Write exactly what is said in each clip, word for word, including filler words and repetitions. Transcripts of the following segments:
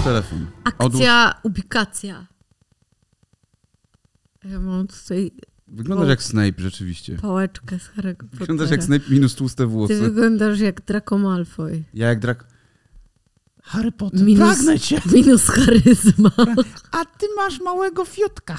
telefon. Akcja, Odłóż... ubikacja. Ja mam tutaj... Wyglądasz jak Snape, rzeczywiście. Pałeczkę z Harry'ego Pottera. Wyglądasz jak Snape minus tłuste włosy. Ty wyglądasz jak Draco Malfoy. Ja jak Draco... Harry Potter, minus, pragnę cię. Minus charyzma. A ty masz małego fiutka.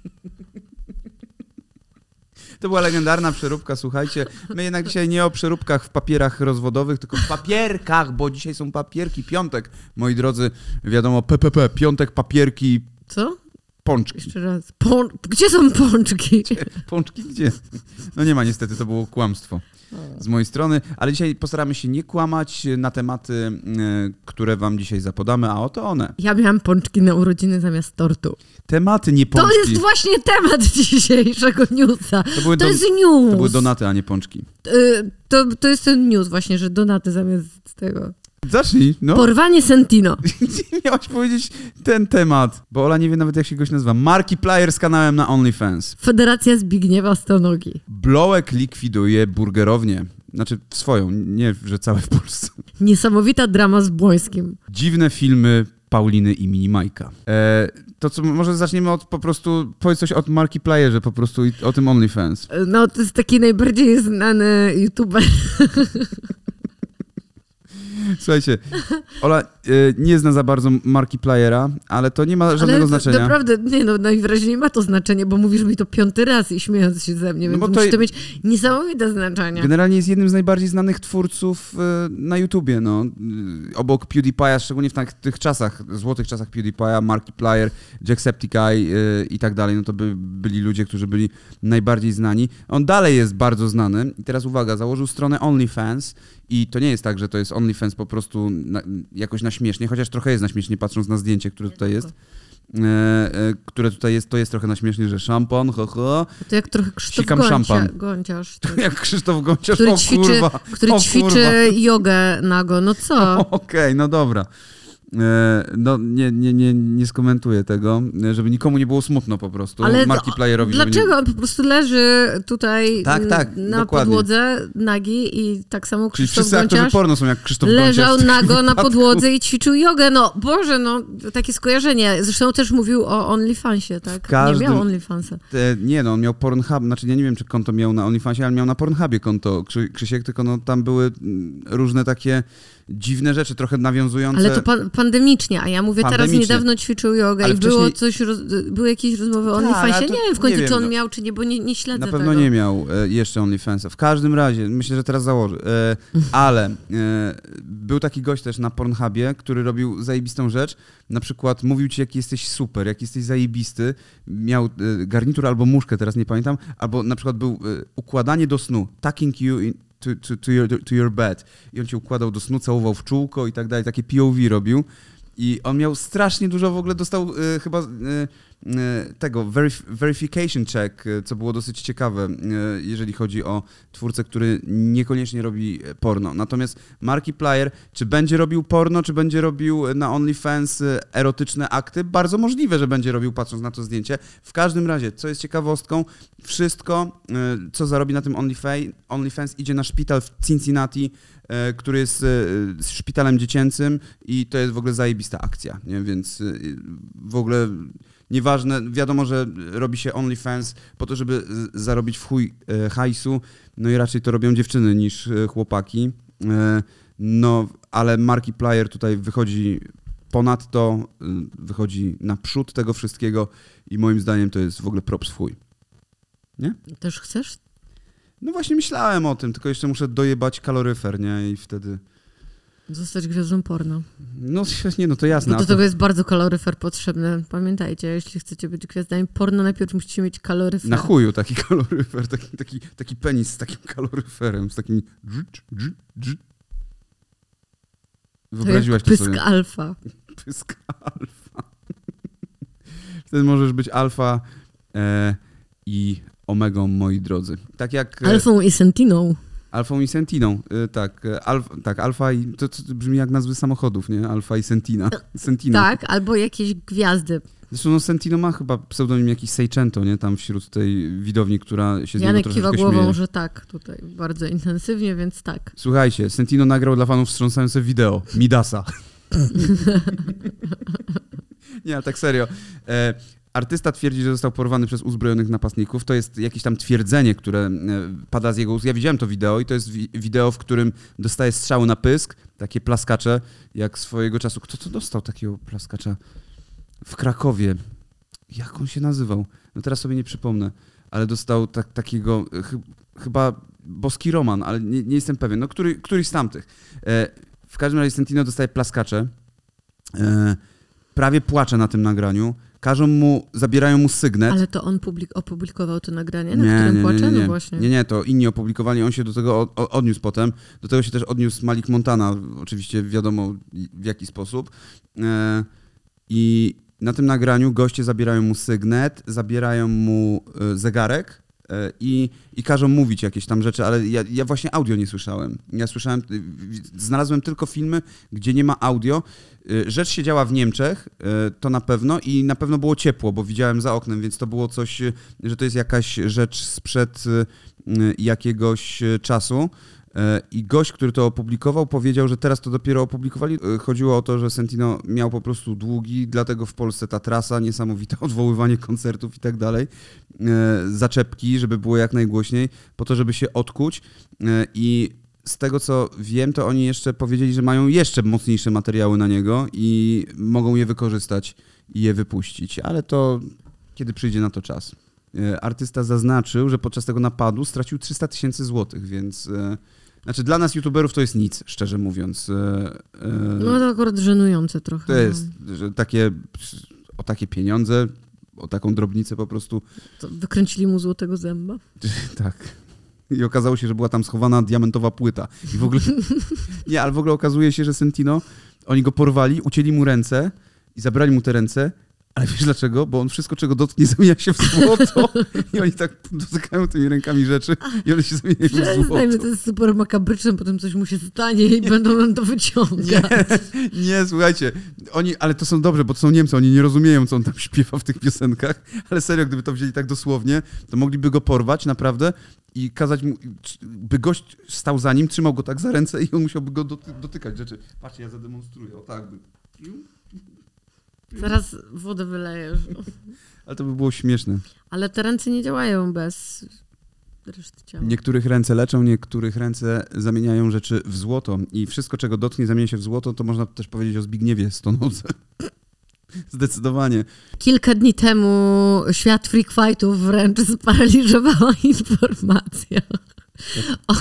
To była legendarna przeróbka, słuchajcie. My jednak dzisiaj nie o przeróbkach w papierach rozwodowych, tylko w papierkach, bo dzisiaj są papierki. Piątek, moi drodzy, wiadomo, P P P, piątek, papierki. Co? Pączki. Jeszcze raz. Pą... Gdzie są pączki? Gdzie? Pączki gdzie? No nie ma niestety, to było kłamstwo z mojej strony, ale dzisiaj postaramy się nie kłamać na tematy, które wam dzisiaj zapodamy, a oto one. Ja miałam pączki na urodziny zamiast tortu. Tematy, nie pączki. To jest właśnie temat dzisiejszego newsa. To, to don- jest news. To były donaty, a nie pączki. Y, to, to jest ten news właśnie, że donaty zamiast tego. Zacznij, no. Porwanie Sentino. Miałaś powiedzieć ten temat, bo Ola nie wie nawet, jak się goś nazywa. Markiplier z kanałem na OnlyFans. Federacja Zbigniewa Stonogi. Blołek likwiduje burgerownię. Znaczy swoją, nie, że całe w Polsce. Niesamowita drama z Błońskim. Dziwne filmy Pauliny i Minimajka. E, to co, może zaczniemy od po prostu, powiedz coś o Markiplierze po prostu i o tym OnlyFans. No, to jest taki najbardziej znany youtuber. Słuchajcie, Ola y, nie zna za bardzo Markipliera, ale to nie ma żadnego ale znaczenia. Naprawdę, nie no, najwyraźniej ma to znaczenie, bo mówisz mi to piąty raz i śmiejąc się ze mnie, no więc bo musi to to mieć niesamowite znaczenie. Generalnie jest jednym z najbardziej znanych twórców y, na YouTubie, no. Y, obok PewDiePie'a, szczególnie w tak, tych czasach, złotych czasach PewDiePie'a, Markiplier, Jacksepticeye y, i tak dalej, no to by, byli ludzie, którzy byli najbardziej znani. On dalej jest bardzo znany i teraz uwaga, założył stronę OnlyFans i to nie jest tak, że to jest OnlyFans po prostu na, jakoś na śmiesznie, chociaż trochę jest na śmiesznie, patrząc na zdjęcie, które tutaj jest. E, e, które tutaj jest, to jest trochę na śmiesznie, że szampan, ho, ho. To jak trochę Krzysztof Sikam Goncia, szampan. Gąciarz. To jak Krzysztof Gąciarz, który o ćwiczy, kurwa, Który o ćwiczy kurwa. jogę nago, no co? Okej, okay, no dobra. No nie, nie, nie, nie skomentuję tego, żeby nikomu nie było smutno po prostu. Ale Markiplierowi. Dlaczego nie... on po prostu leży tutaj tak, tak, na dokładnie. podłodze nagi i tak samo Czyli Krzysztof wszyscy aktorzy Gonciarz porno są jak Krzysztof leżał Gonciarz nago na wypadku. podłodze i ćwiczył jogę. No Boże, no takie skojarzenie. Zresztą też mówił o OnlyFansie, tak? Każdym... Nie miał OnlyFansa. Te, nie no, on miał Pornhub, znaczy ja nie wiem, czy konto miał na OnlyFansie, ale miał na Pornhubie konto Krzy, Krzysiek, tylko no tam były różne takie dziwne rzeczy, trochę nawiązujące... Ale to pan, pandemicznie, a ja mówię teraz niedawno ćwiczył jogę ale i wcześniej... było coś, roz, były jakieś rozmowy o OnlyFansie. Nie wiem w końcu, wiem, czy on no. miał, czy nie, bo nie, nie śledzę Na pewno tego. nie miał e, jeszcze OnlyFansa. W każdym razie, myślę, że teraz założy. E, ale e, był taki gość też na Pornhubie, który robił zajebistą rzecz. Na przykład mówił ci, jaki jesteś super, jaki jesteś zajebisty. Miał e, garnitur albo muszkę, teraz nie pamiętam. Albo na przykład był e, układanie do snu. Tucking you in, to, to, to, your, to your bed. I on cię układał do snu, całował w czółko i tak dalej. Takie P O V robił. I on miał strasznie dużo, w ogóle dostał y, chyba y, y, tego verif- verification check, y, co było dosyć ciekawe, y, jeżeli chodzi o twórcę, który niekoniecznie robi porno. Natomiast Markiplier, czy będzie robił porno, czy będzie robił na OnlyFans y, erotyczne akty? Bardzo możliwe, że będzie robił, patrząc na to zdjęcie. W każdym razie, co jest ciekawostką, wszystko, y, co zarobi na tym OnlyFans, OnlyFans idzie na szpital w Cincinnati, który jest szpitalem dziecięcym i to jest w ogóle zajebista akcja, nie? Więc w ogóle nieważne, wiadomo, że robi się OnlyFans po to, żeby zarobić w chuj hajsu, no i raczej to robią dziewczyny niż chłopaki, no ale Markiplier tutaj wychodzi ponadto, wychodzi naprzód tego wszystkiego i moim zdaniem to jest w ogóle props w chuj. Nie? Też chcesz? No właśnie myślałem o tym, tylko jeszcze muszę dojebać kaloryfer, nie? I wtedy... Zostać gwiazdą porno. No nie, no to jasne. Bo do to... tego jest bardzo kaloryfer potrzebny. Pamiętajcie, jeśli chcecie być gwiazdami porno, najpierw musicie mieć kaloryfer. Na chuju taki kaloryfer, taki, taki, taki penis z takim kaloryferem, z takim... Wyobraziłaś to, to pysk sobie? alfa. Pysk alfa. Wtedy możesz być alfa e, i omegą, moi drodzy. Tak jak... Alfą i Sentiną. Alfą i Sentiną, y, tak. Alf, tak, Alfa i... To, to brzmi jak nazwy samochodów, nie? Alfa i Sentina. Sentina. Tak, albo jakieś gwiazdy. Zresztą no, Sentino ma chyba pseudonim jakiś Seicento, nie? Tam wśród tej widowni, która się z Janek niego troszeczkę kiwa głową, śmieje. że tak, tutaj bardzo intensywnie, więc tak. Słuchajcie, Sentino nagrał dla fanów wstrząsające wideo. Midasa. Nie, ale tak serio. E, artysta twierdzi, że został porwany przez uzbrojonych napastników. To jest jakieś tam twierdzenie, które e, pada z jego ust. Ja widziałem to wideo i to jest wi- wideo, w którym dostaje strzały na pysk, takie plaskacze, jak swojego czasu. Kto to dostał takiego plaskacza? W Krakowie. Jak on się nazywał? No teraz sobie nie przypomnę, ale dostał tak, takiego, ch- chyba Boski Roman, ale nie, nie jestem pewien. No który, któryś z tamtych. E, w każdym razie Sentino dostaje plaskacze. E, prawie płacze na tym nagraniu. Każą mu, zabierają mu sygnet. Ale to on publik- opublikował to nagranie, na nie, którym nie, płacze? Nie, nie. No właśnie. Nie, nie, to inni opublikowali, on się do tego od, odniósł potem. Do tego się też odniósł Malik Montana, oczywiście wiadomo w jaki sposób. E, I na tym nagraniu goście zabierają mu sygnet, zabierają mu e, zegarek e, i, i każą mówić jakieś tam rzeczy, ale ja, ja właśnie audio nie słyszałem. Ja słyszałem, znalazłem tylko filmy, gdzie nie ma audio. Rzecz się działa w Niemczech, to na pewno i na pewno było ciepło, bo widziałem za oknem, więc to było coś, że to jest jakaś rzecz sprzed jakiegoś czasu. I gość, który to opublikował, powiedział, że teraz to dopiero opublikowali. Chodziło o to, że Sentino miał po prostu długi, dlatego w Polsce ta trasa, niesamowite odwoływanie koncertów i tak dalej, zaczepki, żeby było jak najgłośniej, po to, żeby się odkuć. I z tego, co wiem, to oni jeszcze powiedzieli, że mają jeszcze mocniejsze materiały na niego i mogą je wykorzystać i je wypuścić, ale to kiedy przyjdzie na to czas. Artysta zaznaczył, że podczas tego napadu stracił trzysta tysięcy złotych, więc znaczy dla nas youtuberów to jest nic, szczerze mówiąc. No to akurat żenujące trochę. To jest że takie, o takie pieniądze, o taką drobnicę po prostu. To wykręcili mu złotego zęba? Tak. I okazało się, że była tam schowana diamentowa płyta. I w ogóle... Nie, ale w ogóle okazuje się, że Sentino, oni go porwali, ucięli mu ręce i zabrali mu te ręce, ale wiesz dlaczego? Bo on wszystko, czego dotknie, zamienia się w złoto. I oni tak dotykają tymi rękami rzeczy i one się zamieniają w złoto. To jest super makabryczne, potem coś mu się stanie i będą nam to wyciągać. Nie, nie, słuchajcie, oni, ale to są dobrze, bo to są Niemcy, oni nie rozumieją, co on tam śpiewa w tych piosenkach, ale serio, gdyby to wzięli tak dosłownie, to mogliby go porwać naprawdę i kazać mu, by gość stał za nim, trzymał go tak za ręce i on musiałby go doty- dotykać rzeczy. Patrzcie, ja zademonstruję, o tak by. Zaraz wodę wylejesz. Ale to by było śmieszne. Ale te ręce nie działają bez reszty ciała. Niektórych ręce leczą, niektórych ręce zamieniają rzeczy w złoto. I wszystko, czego dotknie, zamienia się w złoto, to można też powiedzieć o Zbigniewie Stonodze. Zdecydowanie. Kilka dni temu świat freak fightów wręcz sparaliżowała informacja o,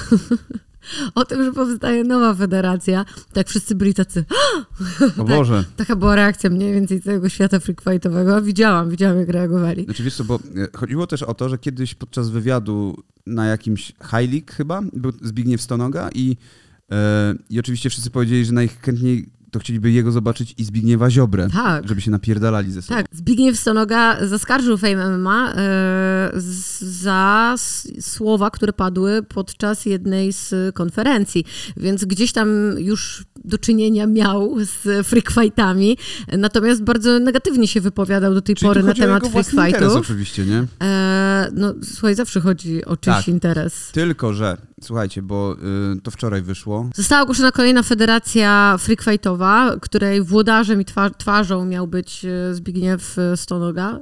o tym, że powstaje nowa federacja. Tak wszyscy byli tacy... O Boże. Tak, taka była reakcja mniej więcej całego świata freak fightowego. Widziałam, widziałam jak reagowali. Znaczy wiesz co, bo chodziło też o to, że kiedyś podczas wywiadu na jakimś High League chyba był Zbigniew Stonoga i, yy, i oczywiście wszyscy powiedzieli, że najchętniej to chcieliby jego zobaczyć i Zbigniewa Ziobrę, tak, żeby się napierdalali ze sobą. Tak, Zbigniew Stonoga zaskarżył Fame M M A yy, za s- słowa, które padły podczas jednej z konferencji, więc gdzieś tam już do czynienia miał z freak fightami, natomiast bardzo negatywnie się wypowiadał do tej Czyli pory na temat freak fightów. Interes oczywiście, nie? E, no słuchaj, zawsze chodzi o czyjś tak, interes. Tylko że, słuchajcie, bo y, to wczoraj wyszło. Została ogłoszona kolejna federacja freak fightowa, której włodarzem i twa- twarzą miał być Zbigniew Stonoga.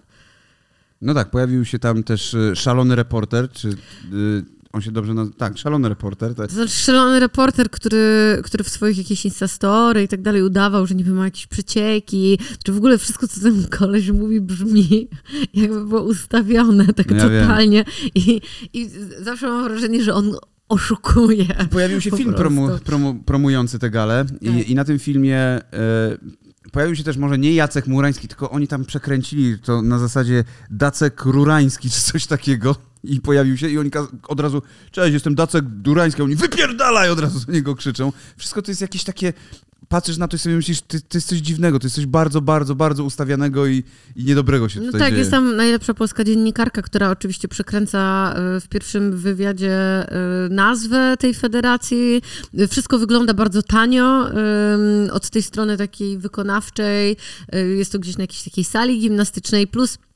No tak, pojawił się tam też y, szalony reporter, czy... Y, on się dobrze nazywa. Tak, szalony reporter. Tak. To znaczy szalony reporter, który, który w swoich jakichś instastory i tak dalej udawał, że niby ma jakieś przecieki, czy w ogóle wszystko, co ten koleś mówi, brzmi jakby było ustawione tak no ja totalnie. I, I zawsze mam wrażenie, że on oszukuje. Pojawił się film promu, promu, promujący tę galę i, tak. i na tym filmie... Y- Pojawił się też może nie Jacek Murański, tylko oni tam przekręcili to na zasadzie Dacek Rurański czy coś takiego i pojawił się i oni od razu, cześć, jestem Dacek Durański, a oni wypierdalaj, od razu do niego krzyczą. Wszystko to jest jakieś takie, patrzysz na to i sobie myślisz, ty, to jest coś dziwnego, to jest coś bardzo, bardzo, bardzo ustawianego i, i niedobrego się no tutaj tak, dzieje. Jest tam najlepsza polska dziennikarka, która oczywiście przekręca w pierwszym wywiadzie nazwę tej federacji. Wszystko wygląda bardzo tanio. Od tej strony takiej wykonawczej jest to gdzieś na jakiejś takiej sali gimnastycznej, plus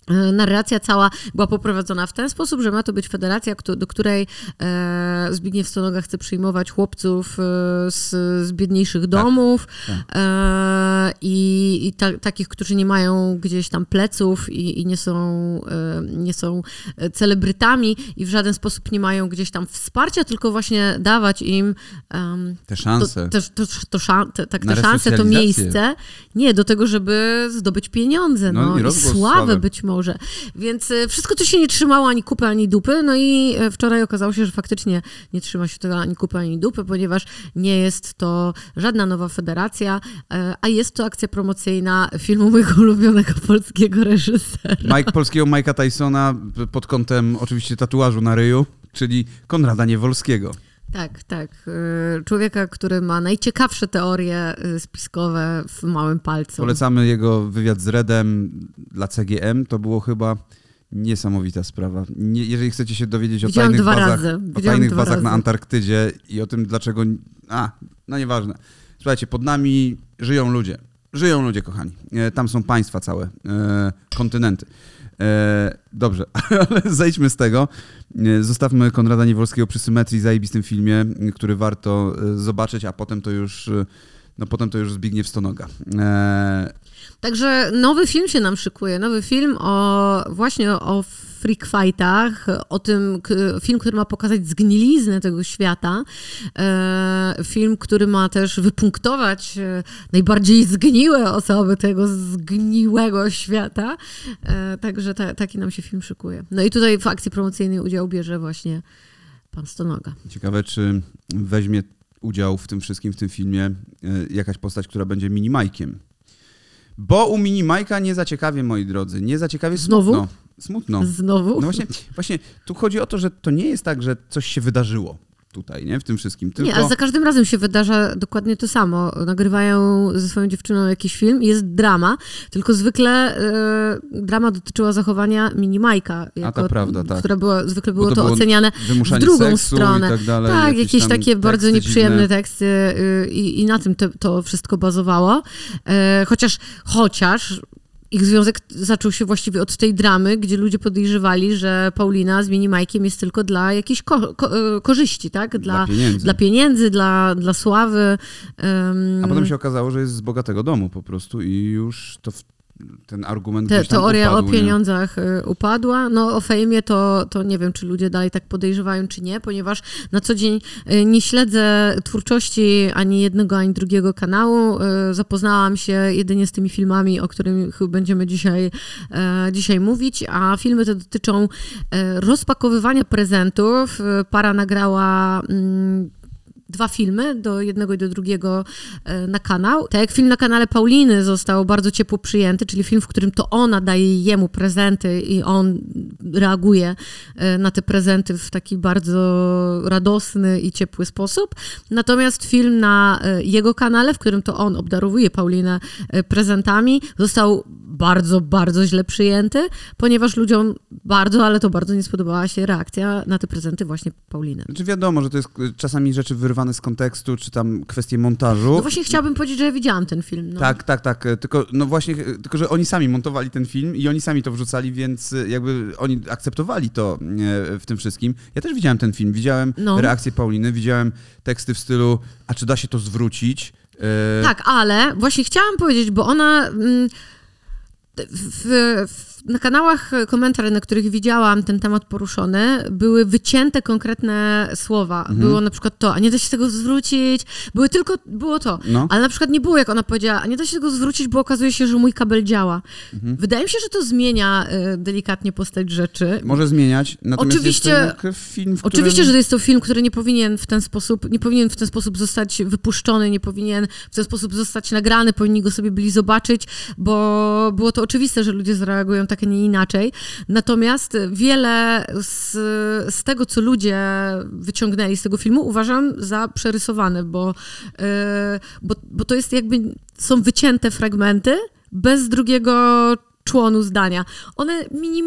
Narracja cała była poprowadzona w ten sposób, że ma to być federacja, do której e, Zbigniew Stonoga chce przyjmować chłopców e, z, z biedniejszych domów tak, tak. E, i, i ta, takich, którzy nie mają gdzieś tam pleców i, i nie, są, e, nie są celebrytami i w żaden sposób nie mają gdzieś tam wsparcia, tylko właśnie dawać im um, te szanse, to, to, to, to, szan, te, tak, te szanse, to miejsce, nie do tego, żeby zdobyć pieniądze no, no, i, i sławę być może. Może. Więc wszystko to się nie trzymało ani kupy, ani dupy. No i wczoraj okazało się, że faktycznie nie trzyma się tego ani kupy, ani dupy, ponieważ nie jest to żadna nowa federacja, a jest to akcja promocyjna filmu mojego ulubionego polskiego reżysera. Mike, polskiego Mike'a Tysona pod kątem oczywiście tatuażu na ryju, czyli Konrada Niewolskiego. Tak, tak. Człowieka, który ma najciekawsze teorie spiskowe w małym palcu. Polecamy jego wywiad z Redem dla C G M. To było chyba niesamowita sprawa. Nie, jeżeli chcecie się dowiedzieć o Widziałam tajnych dwa bazach, razy. o tajnych bazach razy. na Antarktydzie i o tym, dlaczego... A, no nieważne. Słuchajcie, pod nami żyją ludzie. Żyją ludzie, kochani. Tam są państwa całe, kontynenty. E, dobrze, ale zejdźmy z tego. Zostawmy Konrada Niewolskiego przy Symetrii, zajebistym filmie, który warto zobaczyć, a potem to już, no potem to już Zbigniew Stonoga. E... Także nowy film się nam szykuje. Nowy film o właśnie o freak fightach, o tym, film, który ma pokazać zgniliznę tego świata. E, film, który ma też wypunktować najbardziej zgniłe osoby tego zgniłego świata. E, także ta, taki nam się film szykuje. No i tutaj w akcji promocyjnej udział bierze właśnie pan Stonoga. Ciekawe, czy weźmie udział w tym wszystkim, w tym filmie jakaś postać, która będzie Mini-Majkiem. Bo u Mini-Majka nie zaciekawie, moi drodzy. Nie zaciekawie, Znowu? smutno. Smutno. Znowu? No właśnie, właśnie tu chodzi o to, że to nie jest tak, że coś się wydarzyło tutaj, nie? W tym wszystkim. Tylko... Nie, ale za każdym razem się wydarza dokładnie to samo. Nagrywają ze swoją dziewczyną jakiś film i jest drama, tylko zwykle y, drama dotyczyła zachowania Mini-Majka, A to prawda, tak. która była, zwykle było to, to było oceniane w drugą stronę. I tak, dalej, tak, jakieś, jakieś takie bardzo nieprzyjemne dziwne. teksty y, i, i na tym te, to wszystko bazowało. Y, chociaż, chociaż ich związek zaczął się właściwie od tej dramy, gdzie ludzie podejrzewali, że Paulina z Mini-Majkiem jest tylko dla jakiejś ko- ko- korzyści, tak? Dla, dla pieniędzy, dla, pieniędzy dla, dla sławy. Um... A potem się okazało, że jest z bogatego domu po prostu i już to w... ten argument Te, gdzieś tam teoria upadł, o pieniądzach nie? upadła. No o fejmie to, to nie wiem, czy ludzie dalej tak podejrzewają, czy nie, ponieważ na co dzień nie śledzę twórczości ani jednego, ani drugiego kanału. Zapoznałam się jedynie z tymi filmami, o których będziemy dzisiaj, dzisiaj mówić, a filmy te dotyczą rozpakowywania prezentów. Para nagrała dwa filmy, do jednego i do drugiego na kanał. Tak jak film na kanale Pauliny został bardzo ciepło przyjęty, czyli film, w którym to ona daje jemu prezenty i on reaguje na te prezenty w taki bardzo radosny i ciepły sposób. Natomiast film na jego kanale, w którym to on obdarowuje Paulinę prezentami, został bardzo, bardzo źle przyjęty, ponieważ ludziom bardzo, ale to bardzo nie spodobała się reakcja na te prezenty właśnie Pauliny. Znaczy wiadomo, że to jest czasami rzeczy wyrwane z kontekstu, czy tam kwestie montażu. No właśnie chciałabym powiedzieć, że ja widziałam ten film. No. Tak, tak, tak. Tylko, no właśnie, tylko, że oni sami montowali ten film i oni sami to wrzucali, więc jakby oni akceptowali to w tym wszystkim. Ja też widziałem ten film, widziałem no. reakcję Pauliny, widziałem teksty w stylu, a czy da się to zwrócić? Tak, ale właśnie chciałam powiedzieć, bo ona... Mm, W, w, na kanałach komentarzy, na których widziałam ten temat poruszony, były wycięte konkretne słowa. Mhm. Było na przykład to, a nie da się tego zwrócić. Były tylko, było to. No. Ale na przykład nie było, jak ona powiedziała, a nie da się tego zwrócić, bo okazuje się, że mój kabel działa. Mhm. Wydaje mi się, że to zmienia y, delikatnie postać rzeczy. Może zmieniać, natomiast oczywiście, jest to film, w którym... Oczywiście, że jest to film, który nie powinien w ten sposób, nie powinien w ten sposób zostać wypuszczony, nie powinien w ten sposób zostać nagrany, powinni go sobie byli zobaczyć, bo było to oczywiste, że ludzie zareagują tak, a nie inaczej. Natomiast wiele z, z tego, co ludzie wyciągnęli z tego filmu, uważam za przerysowane, bo, yy, bo, bo to jest jakby, są wycięte fragmenty bez drugiego członu zdania. One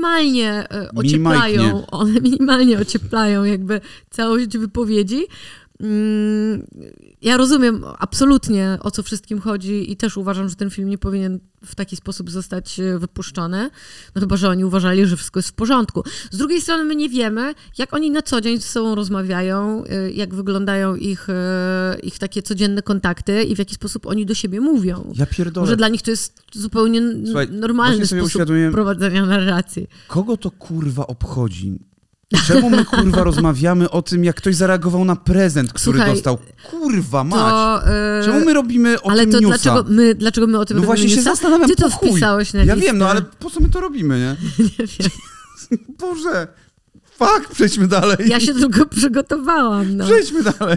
minimalnie ocieplają, one minimalnie ocieplają jakby całość wypowiedzi. mm, ja rozumiem absolutnie, o co wszystkim chodzi i też uważam, że ten film nie powinien w taki sposób zostać wypuszczony, no chyba, że oni uważali, że wszystko jest w porządku. Z drugiej strony my nie wiemy, jak oni na co dzień ze sobą rozmawiają, jak wyglądają ich, ich takie codzienne kontakty i w jaki sposób oni do siebie mówią. Ja pierdolę. Może dla nich to jest zupełnie Słuchaj, normalny sposób prowadzenia narracji. Kogo to kurwa obchodzi? Czemu my kurwa rozmawiamy o tym, jak ktoś zareagował na prezent, który Słuchaj, dostał? Kurwa mać! To, yy, Czemu my robimy o ale tym to newsa? dlaczego my, dlaczego my o tym no robimy właśnie newsa? się zastanawiam, Ty to po chuj. wpisałeś na Ja listę. wiem, no ale po co my to robimy, nie? Nie wiem. Boże! Fuck, przejdźmy dalej. Ja się tylko przygotowałam. No. Przejdźmy dalej.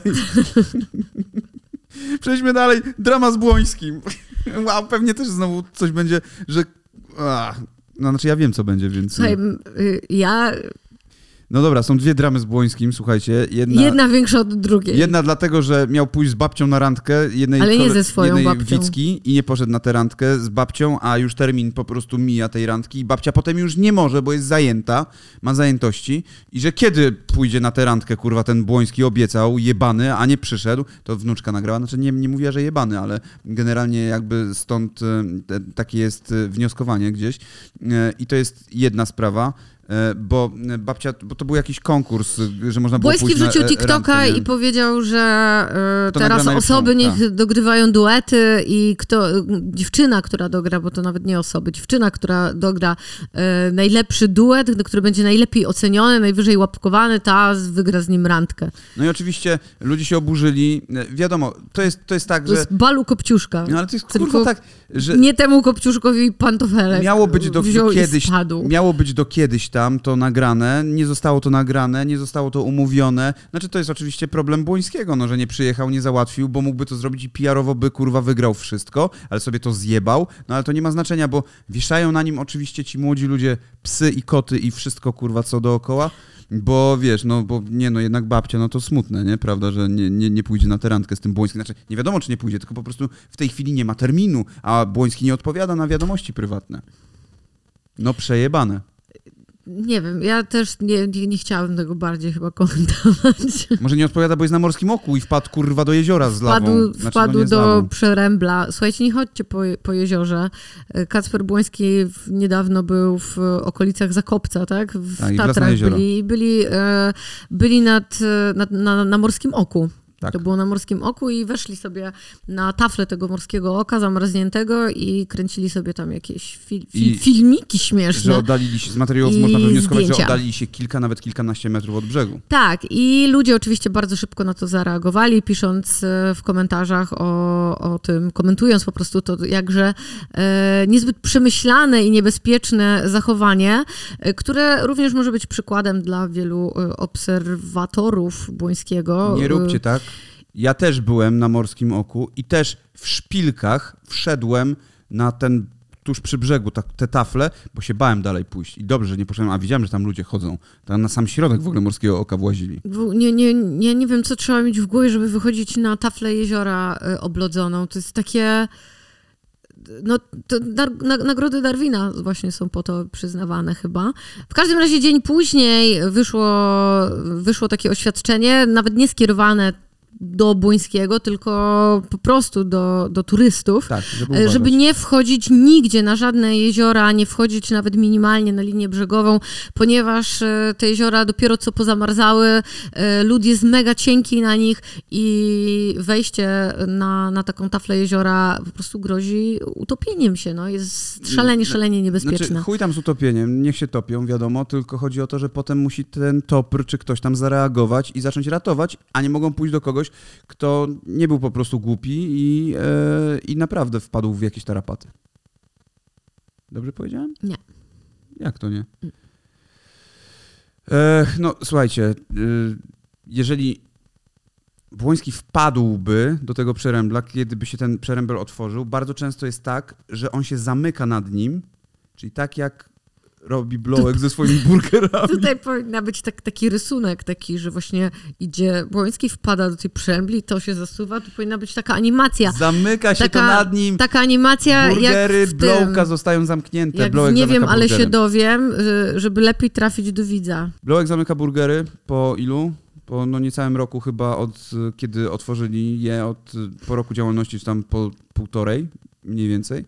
Przejdźmy dalej. Drama z Błońskim. Wow, pewnie też znowu coś będzie, że... Ach, no znaczy ja wiem, co będzie, więc... Słuchaj, ja... No dobra, są dwie dramy z Błońskim, słuchajcie. Jedna, jedna większa od drugiej. Jedna dlatego, że miał pójść z babcią na randkę, jednej, ale nie kole, ze swoją jednej babcią. Wicki i nie poszedł na tę randkę z babcią, a już termin po prostu mija tej randki i babcia potem już nie może, bo jest zajęta, ma zajętości i że kiedy pójdzie na tę randkę, kurwa, ten Błoński obiecał, jebany, a nie przyszedł, to wnuczka nagrała, znaczy nie, nie mówiła, że jebany, ale generalnie jakby stąd te, takie jest wnioskowanie gdzieś i to jest jedna sprawa. Bo babcia, bo to był jakiś konkurs, że można było Błoński pójść na wrzucił TikToka randkę, i powiedział, że y, teraz nagra osoby niech tak. dogrywają duety i kto, dziewczyna, która dogra, bo to nawet nie osoby, dziewczyna, która dogra y, najlepszy duet, który będzie najlepiej oceniony, najwyżej łapkowany, ta wygra z nim randkę. No i oczywiście ludzie się oburzyli. Wiadomo, to jest, to jest tak, to że... To jest balu Kopciuszka. No ale to jest Tylko kurwa tak, że... Nie temu Kopciuszkowi pantofelek miało być do kiedyś, spadł. miało być do kiedyś tam to nagrane, nie zostało to nagrane, nie zostało to umówione. Znaczy to jest oczywiście problem Błońskiego, no, że nie przyjechał, nie załatwił, bo mógłby to zrobić i P R-owo by kurwa wygrał wszystko, ale sobie to zjebał. No ale to nie ma znaczenia, bo wieszają na nim oczywiście ci młodzi ludzie psy i koty i wszystko kurwa co dookoła. Bo wiesz, no bo nie, no jednak babcia, no to smutne, nie? Prawda, że nie, nie, nie pójdzie na tę randkę z tym Błońskim. Znaczy, nie wiadomo, czy nie pójdzie, tylko po prostu w tej chwili nie ma terminu, a Błoński nie odpowiada na wiadomości prywatne. No przejebane. Nie wiem, ja też nie, nie, nie chciałabym tego bardziej chyba komentować. Może nie odpowiada, bo jest na Morskim Oku i wpadł kurwa do jeziora z lawą. Wpadł, znaczy, wpadł no do lawą. Przerębla. Słuchajcie, nie chodźcie po, po jeziorze. Kacper Błoński w, niedawno był w okolicach Zakopca, tak? W tak, Tatrach byli, byli, e, byli nad, nad, na, na Morskim Oku. Tak. To było na Morskim Oku i weszli sobie na taflę tego Morskiego Oka zamarzniętego i kręcili sobie tam jakieś fil, fil, filmiki śmieszne. Że oddalili się, z materiałów można wywnioskować, że oddalili się kilka, nawet kilkanaście metrów od brzegu. Tak, i ludzie oczywiście bardzo szybko na to zareagowali, pisząc w komentarzach o, o tym, komentując po prostu to jakże e, niezbyt przemyślane i niebezpieczne zachowanie, e, które również może być przykładem dla wielu obserwatorów Błońskiego. Nie róbcie tak. Ja też byłem na Morskim Oku i też w szpilkach wszedłem na ten, tuż przy brzegu, tak, te tafle, bo się bałem dalej pójść. I dobrze, że nie poszedłem, a widziałem, że tam ludzie chodzą. Tam na sam środek w ogóle Morskiego Oka włazili. Nie, nie, nie, nie wiem, co trzeba mieć w głowie, żeby wychodzić na taflę jeziora oblodzoną. To jest takie... No, to dar- na, nagrody Darwina właśnie są po to przyznawane chyba. W każdym razie dzień później wyszło, wyszło takie oświadczenie, nawet nie skierowane do Błońskiego, tylko po prostu do, do turystów, tak, żeby, żeby nie wchodzić nigdzie na żadne jeziora, nie wchodzić nawet minimalnie na linię brzegową, ponieważ te jeziora dopiero co pozamarzały, lód jest mega cienki na nich i wejście na, na taką taflę jeziora po prostu grozi utopieniem się, no. Jest szalenie, szalenie niebezpieczne. Znaczy, chuj tam z utopieniem, niech się topią, wiadomo, tylko chodzi o to, że potem musi ten topr czy ktoś tam zareagować i zacząć ratować, a nie mogą pójść do kogoś, kto nie był po prostu głupi i, e, i naprawdę wpadł w jakieś tarapaty. Dobrze powiedziałem? Nie. Jak to nie? E, no, słuchajcie, e, jeżeli Błoński wpadłby do tego przerębla, kiedy by się ten przerębel otworzył, bardzo często jest tak, że on się zamyka nad nim, czyli tak jak robi Blowek ze swoimi burgerami. Tutaj powinna być tak, taki rysunek taki, że właśnie idzie, Błoński wpada do tej przębli, to się zasuwa, to powinna być taka animacja. Zamyka się taka, to nad nim. Taka animacja burgery jak w tym, Blowka zostają zamknięte. Jak Blowek nie wiem, ale burgery. się dowiem, żeby lepiej trafić do widza. Blowek zamyka burgery po ilu? po no niecałym roku chyba od kiedy otworzyli je, od po roku działalności, czy tam po półtorej mniej więcej.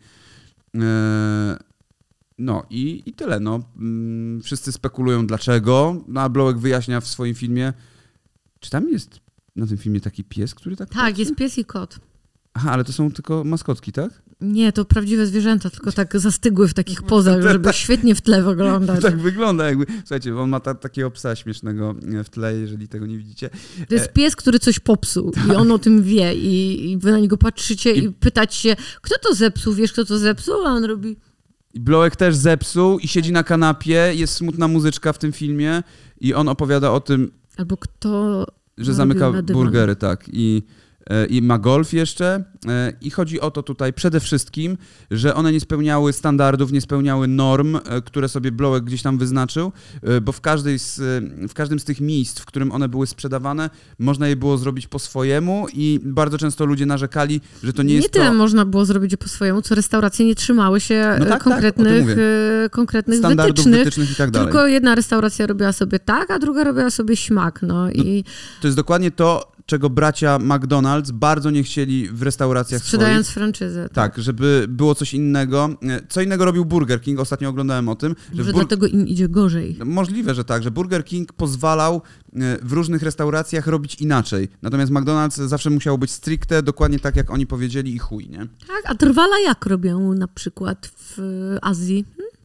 No i, i tyle. No. Wszyscy spekulują dlaczego, no a Blowek wyjaśnia w swoim filmie, czy tam jest na tym filmie taki pies, który tak Tak, patrzy? Jest pies i kot. Aha, ale to są tylko maskotki, tak? Nie, to prawdziwe zwierzęta, tylko tak zastygły w takich pozach, żeby świetnie w tle wyglądać. Tak wygląda jakby. Słuchajcie, on ma ta, takiego psa śmiesznego w tle, jeżeli tego nie widzicie. To jest pies, który coś popsuł tak. I on o tym wie i, i wy na niego patrzycie i, i pytacie się, kto to zepsuł, wiesz kto to zepsuł? A on robi... I Blowek też zepsuł i siedzi na kanapie, jest smutna muzyczka w tym filmie i on opowiada o tym... Albo kto... Że zamyka burgery, tak. I... I ma golf jeszcze i chodzi o to tutaj przede wszystkim, że one nie spełniały standardów, nie spełniały norm, które sobie Blowek gdzieś tam wyznaczył, bo w, każdej z, w każdym z tych miejsc, w którym one były sprzedawane, można je było zrobić po swojemu i bardzo często ludzie narzekali, że to nie, nie jest to... Nie tyle można było zrobić po swojemu, co restauracje nie trzymały się no tak, konkretnych, tak, konkretnych standardów wytycznych, wytycznych i tak dalej. Tylko jedna restauracja robiła sobie tak, a druga robiła sobie śmak. No, no, i... To jest dokładnie to, czego bracia McDonald's bardzo nie chcieli w restauracjach Sprzedając swoich. franczyzę. Tak. tak, żeby było coś innego. Co innego robił Burger King, ostatnio oglądałem o tym. Że, że bur... dlatego im idzie gorzej. Możliwe, że tak, że Burger King pozwalał w różnych restauracjach robić inaczej. Natomiast McDonald's zawsze musiało być stricte, dokładnie tak jak oni powiedzieli i chuj, nie? Tak, a trwala jak robią na przykład w Azji? Hm?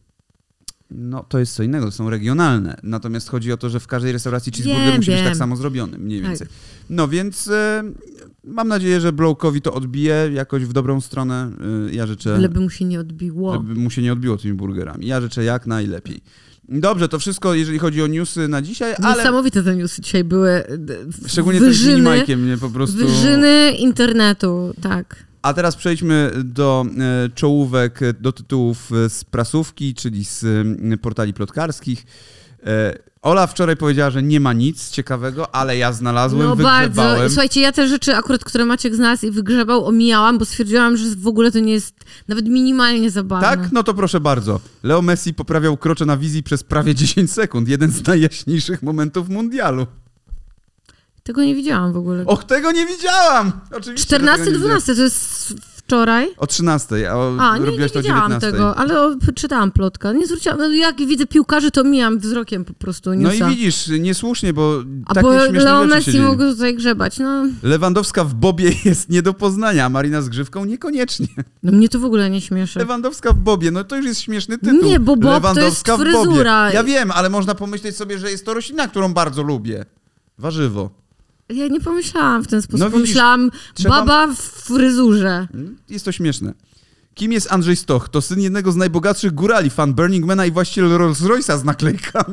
No, to jest co innego, to są regionalne. Natomiast chodzi o to, że w każdej restauracji cheeseburger musi wiem. być tak samo zrobiony, mniej więcej. Tak. No więc e, mam nadzieję, że Blowkowi to odbije jakoś w dobrą stronę. E, ja życzę... Ale by mu się nie odbiło. Żeby mu się nie odbiło tymi burgerami. Ja życzę jak najlepiej. Dobrze, to wszystko, jeżeli chodzi o newsy na dzisiaj, ale... Niesamowite te newsy dzisiaj były. Szczególnie ten z minimajkiem, mnie po prostu... Wyżyny internetu, tak. A teraz przejdźmy do e, czołówek, do tytułów z prasówki, czyli z e, portali plotkarskich. E, Ola wczoraj powiedziała, że nie ma nic ciekawego, ale ja znalazłem, no wygrzebałem. Bardzo. Słuchajcie, ja te rzeczy akurat, które Maciek znalazł i wygrzebał, omijałam, bo stwierdziłam, że w ogóle to nie jest nawet minimalnie zabawne. Tak? No to proszę bardzo. Leo Messi poprawiał krocze na wizji przez prawie dziesięć sekund. Jeden z najjaśniejszych momentów mundialu. Tego nie widziałam w ogóle. Och, tego nie widziałam! Oczywiście. czternasty dwunasty to jest wczoraj? O trzynastej, a, o, a nie, nie robiłaś to o widziałam dziewiętnastej. tego, ale o, czytałam plotka. Nie zwróciłam, no jak widzę piłkarzy, to mijam wzrokiem po prostu newsa. No i widzisz, niesłusznie, bo a takie bo śmieszne Leo rzeczy Messi się mógł tutaj grzebać, no. Lewandowska w bobie jest nie do poznania, a Marina z grzywką niekoniecznie. No mnie to w ogóle nie śmieszy. Lewandowska w bobie, no to już jest śmieszny tytuł. Nie, bo bob Lewandowska to jest fryzura. Ja wiem, ale można pomyśleć sobie, że jest to roślina, którą bardzo lubię. Warzywo. Ja nie pomyślałam w ten sposób. No widzisz, pomyślałam, trzeba... baba w fryzurze. Jest to śmieszne. Kim jest Andrzej Stoch? To syn jednego z najbogatszych górali, fan Burning Mana i właściciel Rolls Royce'a z naklejkami.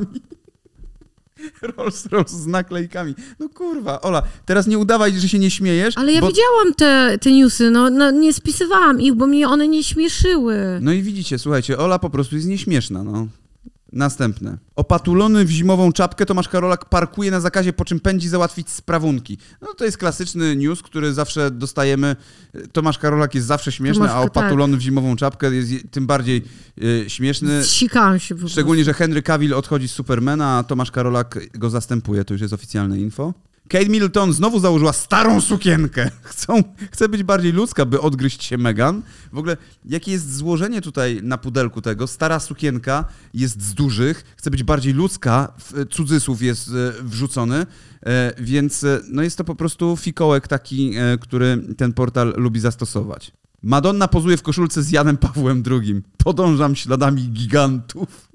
Rolls Royce z naklejkami. No kurwa, Ola, teraz nie udawaj, że się nie śmiejesz. Ale ja bo... widziałam te, te newsy, no, no nie spisywałam ich, bo mnie one nie śmieszyły. No i widzicie, słuchajcie, Ola po prostu jest nieśmieszna, no. Następne. Opatulony w zimową czapkę Tomasz Karolak parkuje na zakazie, po czym pędzi załatwić sprawunki. No to jest klasyczny news, który zawsze dostajemy. Tomasz Karolak jest zawsze śmieszny, Tomasz, a opatulony tak. w zimową czapkę jest tym bardziej y, śmieszny. Zsikałam się po prostu. Szczególnie, że Henry Cavill odchodzi z Supermana, a Tomasz Karolak go zastępuje. To już jest oficjalne info. Kate Middleton znowu założyła starą sukienkę. Chcą, chce być bardziej ludzka, by odgryźć się Meghan. W ogóle, jakie jest złożenie tutaj na pudelku tego? Stara sukienka jest z dużych, chce być bardziej ludzka, cudzysłów jest wrzucony, więc no jest to po prostu fikołek taki, który ten portal lubi zastosować. Madonna pozuje w koszulce z Janem Pawłem drugim. Podążam śladami gigantów.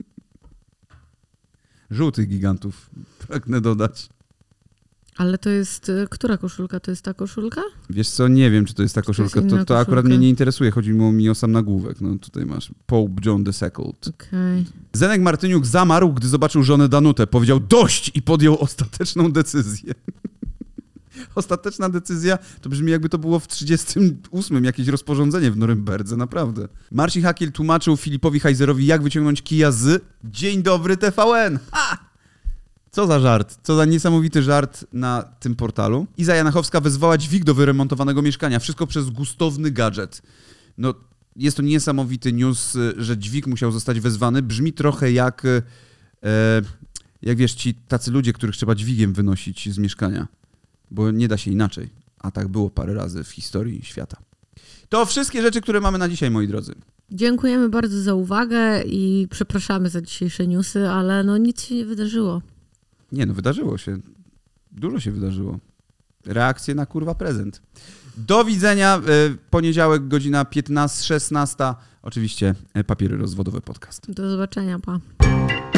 Żółtych gigantów, pragnę dodać. Ale to jest, która koszulka? To jest ta koszulka? Wiesz co, nie wiem, czy to jest ta koszulka. To, to, to akurat mnie nie interesuje. Chodzi mi o sam nagłówek. No tutaj masz Pope John the Second. Okay. Zenek Martyniuk zamarł, gdy zobaczył żonę Danutę. Powiedział dość i podjął ostateczną decyzję. Ostateczna decyzja to brzmi, jakby to było w trzydziestym ósmym jakieś rozporządzenie w Norymberdze, naprawdę. Marcin Hakiel tłumaczył Filipowi Heiserowi, jak wyciągnąć kija z Dzień dobry T V N. Ha! Co za żart, co za niesamowity żart na tym portalu. Iza Janachowska wezwała dźwig do wyremontowanego mieszkania. Wszystko przez gustowny gadżet. No, jest to niesamowity news, że dźwig musiał zostać wezwany. Brzmi trochę jak, e, Jak wiesz, ci tacy ludzie, których trzeba dźwigiem wynosić z mieszkania, bo nie da się inaczej, a tak było parę razy w historii świata. To wszystkie rzeczy, które mamy na dzisiaj, moi drodzy. Dziękujemy bardzo za uwagę i przepraszamy za dzisiejsze newsy, ale no nic się nie wydarzyło. Nie no, wydarzyło się. Dużo się wydarzyło. Reakcje na kurwa prezent. Do widzenia. Poniedziałek, godzina piętnasta szesnasta. Oczywiście Papiery Rozwodowe podcast. Do zobaczenia, pa.